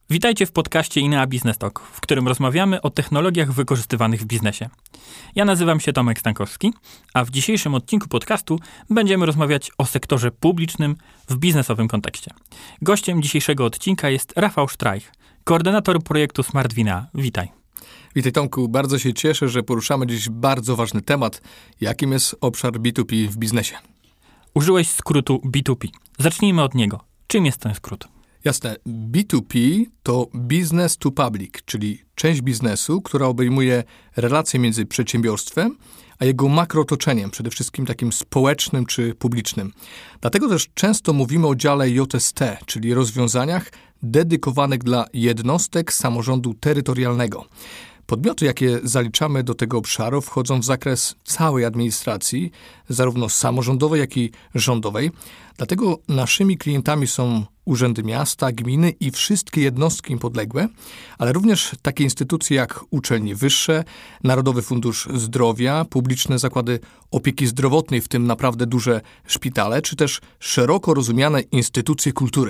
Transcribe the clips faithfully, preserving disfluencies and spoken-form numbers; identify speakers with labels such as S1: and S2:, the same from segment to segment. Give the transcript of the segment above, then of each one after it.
S1: Witajcie w podcaście Inea Business Talk, w którym rozmawiamy o technologiach wykorzystywanych w biznesie. Ja nazywam się Tomek Stankowski, a w dzisiejszym odcinku podcastu będziemy rozmawiać o sektorze publicznym w biznesowym kontekście. Gościem dzisiejszego odcinka jest Rafał Sztrajch, koordynator projektu Smart w Inea. Witaj.
S2: Witaj Tomku, bardzo się cieszę, że poruszamy dziś bardzo ważny temat, jakim jest obszar B dwa P w biznesie.
S1: Użyłeś skrótu B dwa P. Zacznijmy od niego. Czym jest ten skrót?
S2: Jasne, B dwa P to Business to Public, czyli część biznesu, która obejmuje relacje między przedsiębiorstwem a jego makrootoczeniem, przede wszystkim takim społecznym czy publicznym. Dlatego też często mówimy o dziale J S T, czyli rozwiązaniach dedykowanych dla jednostek samorządu terytorialnego. Podmioty, jakie zaliczamy do tego obszaru, wchodzą w zakres całej administracji, zarówno samorządowej, jak i rządowej. Dlatego naszymi klientami są urzędy miasta, gminy i wszystkie jednostki im podległe, ale również takie instytucje jak uczelnie wyższe, Narodowy Fundusz Zdrowia, publiczne zakłady opieki zdrowotnej, w tym naprawdę duże szpitale, czy też szeroko rozumiane instytucje kultury.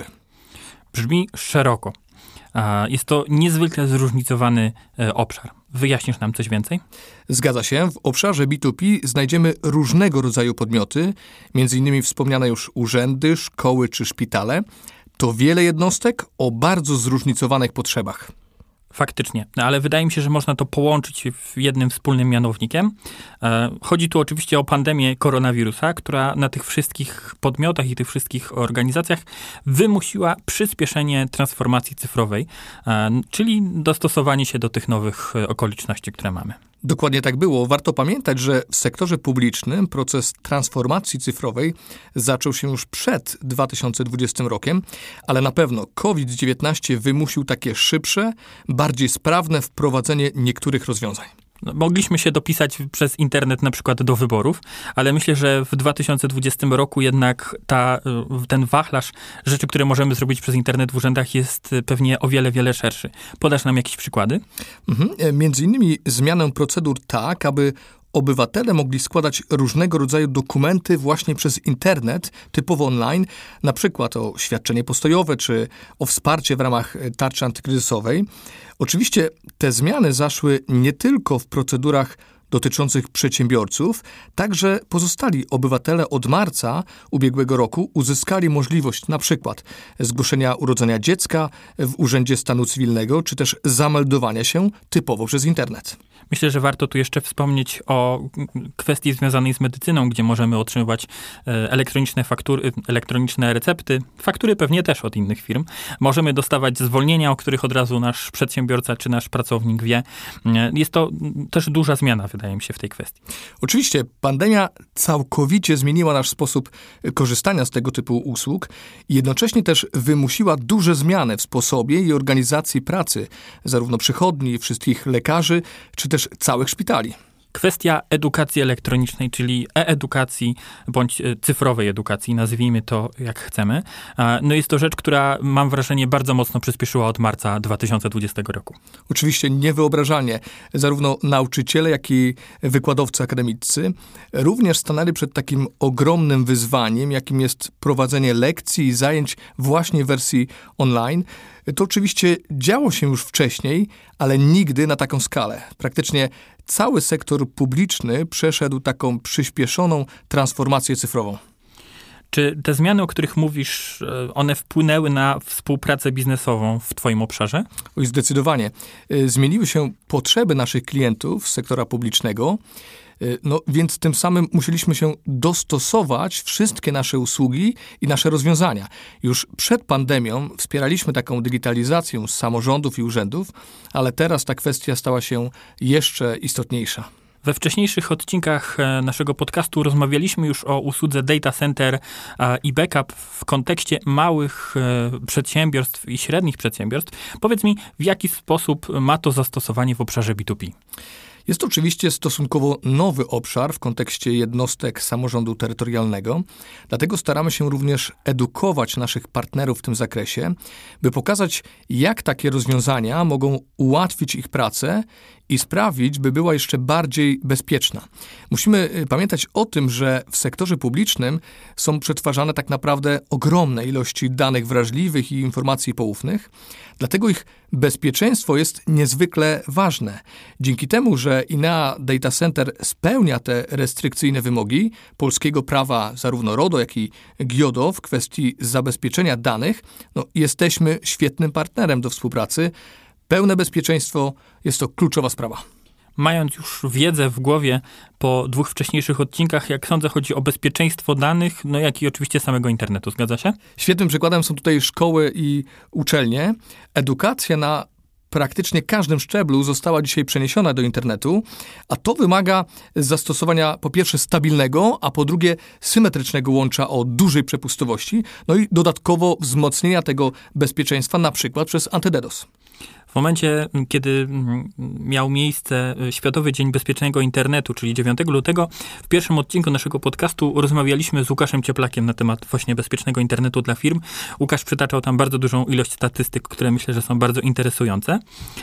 S1: Brzmi szeroko. Jest to niezwykle zróżnicowany obszar. Wyjaśnisz nam coś więcej?
S2: Zgadza się. W obszarze B dwa P znajdziemy różnego rodzaju podmioty, między innymi wspomniane już urzędy, szkoły czy szpitale. To wiele jednostek o bardzo zróżnicowanych potrzebach.
S1: Faktycznie, ale wydaje mi się, że można to połączyć w jednym wspólnym mianownikiem. Chodzi tu oczywiście o pandemię koronawirusa, która na tych wszystkich podmiotach i tych wszystkich organizacjach wymusiła przyspieszenie transformacji cyfrowej, czyli dostosowanie się do tych nowych okoliczności, które mamy.
S2: Dokładnie tak było. Warto pamiętać, że w sektorze publicznym proces transformacji cyfrowej zaczął się już przed dwa tysiące dwudziestym rokiem, ale na pewno COVID dziewiętnaście wymusił takie szybsze, bardziej sprawne wprowadzenie niektórych rozwiązań.
S1: Mogliśmy się dopisać przez internet na przykład do wyborów, ale myślę, że w dwa tysiące dwudziestym roku jednak ta, ten wachlarz rzeczy, które możemy zrobić przez internet w urzędach jest pewnie o wiele, wiele szerszy. Podasz nam jakieś przykłady?
S2: Mhm. Między innymi zmianę procedur tak, aby obywatele mogli składać różnego rodzaju dokumenty właśnie przez internet, typowo online, na przykład o świadczenie postojowe czy o wsparcie w ramach tarczy antykryzysowej. Oczywiście te zmiany zaszły nie tylko w procedurach dotyczących przedsiębiorców, także pozostali obywatele od marca ubiegłego roku uzyskali możliwość na przykład zgłoszenia urodzenia dziecka w Urzędzie Stanu Cywilnego, czy też zameldowania się typowo przez internet.
S1: Myślę, że warto tu jeszcze wspomnieć o kwestii związanej z medycyną, gdzie możemy otrzymywać elektroniczne faktury, elektroniczne recepty, faktury pewnie też od innych firm. Możemy dostawać zwolnienia, o których od razu nasz przedsiębiorca czy nasz pracownik wie. Jest to też duża zmiana, wydaje mi się, w tej kwestii.
S2: Oczywiście pandemia całkowicie zmieniła nasz sposób korzystania z tego typu usług i jednocześnie też wymusiła duże zmiany w sposobie i organizacji pracy zarówno przychodni, wszystkich lekarzy, czy też całych szpitali.
S1: Kwestia edukacji elektronicznej, czyli e-edukacji bądź cyfrowej edukacji, nazwijmy to jak chcemy. No jest to rzecz, która mam wrażenie bardzo mocno przyspieszyła od marca dwa tysiące dwudziestego roku.
S2: Oczywiście niewyobrażalnie. Zarówno nauczyciele, jak i wykładowcy akademiccy również stanęli przed takim ogromnym wyzwaniem, jakim jest prowadzenie lekcji i zajęć właśnie w wersji online. To oczywiście działo się już wcześniej, ale nigdy na taką skalę. Praktycznie cały sektor publiczny przeszedł taką przyspieszoną transformację cyfrową.
S1: Czy te zmiany, o których mówisz, one wpłynęły na współpracę biznesową w twoim obszarze?
S2: Oj, zdecydowanie. Zmieniły się potrzeby naszych klientów z sektora publicznego, no więc tym samym musieliśmy się dostosować wszystkie nasze usługi i nasze rozwiązania. Już przed pandemią wspieraliśmy taką digitalizację z samorządów i urzędów, ale teraz ta kwestia stała się jeszcze istotniejsza.
S1: We wcześniejszych odcinkach naszego podcastu rozmawialiśmy już o usłudze data center i backup w kontekście małych przedsiębiorstw i średnich przedsiębiorstw. Powiedz mi, w jaki sposób ma to zastosowanie w obszarze B dwa P?
S2: Jest to oczywiście stosunkowo nowy obszar w kontekście jednostek samorządu terytorialnego, dlatego staramy się również edukować naszych partnerów w tym zakresie, by pokazać, jak takie rozwiązania mogą ułatwić ich pracę i sprawić, by była jeszcze bardziej bezpieczna. Musimy pamiętać o tym, że w sektorze publicznym są przetwarzane tak naprawdę ogromne ilości danych wrażliwych i informacji poufnych, dlatego ich bezpieczeństwo jest niezwykle ważne. Dzięki temu, że Inea Data Center spełnia te restrykcyjne wymogi polskiego prawa zarówno RODO, jak i GIODO w kwestii zabezpieczenia danych, no, jesteśmy świetnym partnerem do współpracy. Pełne bezpieczeństwo jest to kluczowa sprawa.
S1: Mając już wiedzę w głowie po dwóch wcześniejszych odcinkach, jak sądzę, chodzi o bezpieczeństwo danych, no jak i oczywiście samego internetu. Zgadza się?
S2: Świetnym przykładem są tutaj szkoły i uczelnie. Edukacja na praktycznie każdym szczeblu została dzisiaj przeniesiona do internetu, a to wymaga zastosowania po pierwsze stabilnego, a po drugie symetrycznego łącza o dużej przepustowości, no i dodatkowo wzmocnienia tego bezpieczeństwa na przykład przez anty-DDoS.
S1: W momencie, kiedy miał miejsce Światowy Dzień Bezpiecznego Internetu, czyli dziewiątego lutego, w pierwszym odcinku naszego podcastu rozmawialiśmy z Łukaszem Cieplakiem na temat właśnie bezpiecznego internetu dla firm. Łukasz przytaczał tam bardzo dużą ilość statystyk, które myślę, że są bardzo interesujące.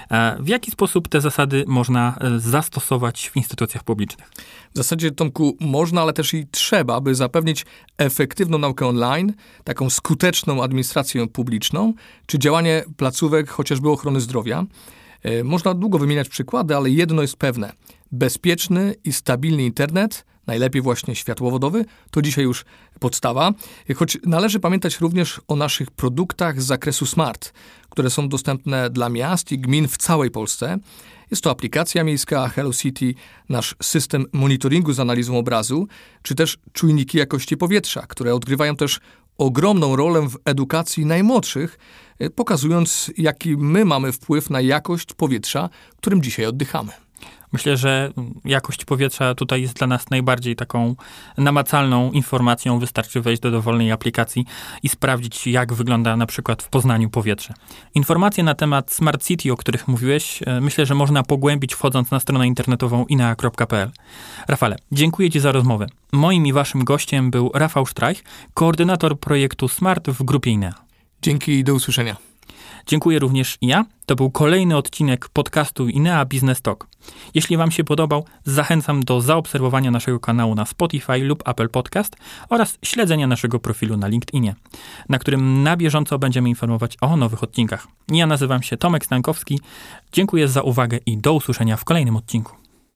S1: W jaki sposób te zasady można zastosować w instytucjach publicznych?
S2: W zasadzie, Tomku, można, ale też i trzeba, by zapewnić efektywną naukę online, taką skuteczną administrację publiczną, czy działanie placówek chociażby ochrony zdrowia. Można długo wymieniać przykłady, ale jedno jest pewne. Bezpieczny i stabilny internet, najlepiej właśnie światłowodowy, to dzisiaj już podstawa. Choć należy pamiętać również o naszych produktach z zakresu smart, które są dostępne dla miast i gmin w całej Polsce. Jest to aplikacja miejska Hello City, nasz system monitoringu z analizą obrazu, czy też czujniki jakości powietrza, które odgrywają też ogromną rolę w edukacji najmłodszych, pokazując, jaki my mamy wpływ na jakość powietrza, którym dzisiaj oddychamy.
S1: Myślę, że jakość powietrza tutaj jest dla nas najbardziej taką namacalną informacją. Wystarczy wejść do dowolnej aplikacji i sprawdzić, jak wygląda na przykład w Poznaniu powietrze. Informacje na temat Smart City, o których mówiłeś, myślę, że można pogłębić wchodząc na stronę internetową inea kropka p l. Rafale, dziękuję Ci za rozmowę. Moim i Waszym gościem był Rafał Sztrajch, koordynator projektu Smart w grupie Inea.
S2: Dzięki i do usłyszenia.
S1: Dziękuję również ja. To był kolejny odcinek podcastu Inea Business Talk. Jeśli Wam się podobał, zachęcam do zaobserwowania naszego kanału na Spotify lub Apple Podcast oraz śledzenia naszego profilu na LinkedInie, na którym na bieżąco będziemy informować o nowych odcinkach. Ja nazywam się Tomek Stankowski. Dziękuję za uwagę i do usłyszenia w kolejnym odcinku.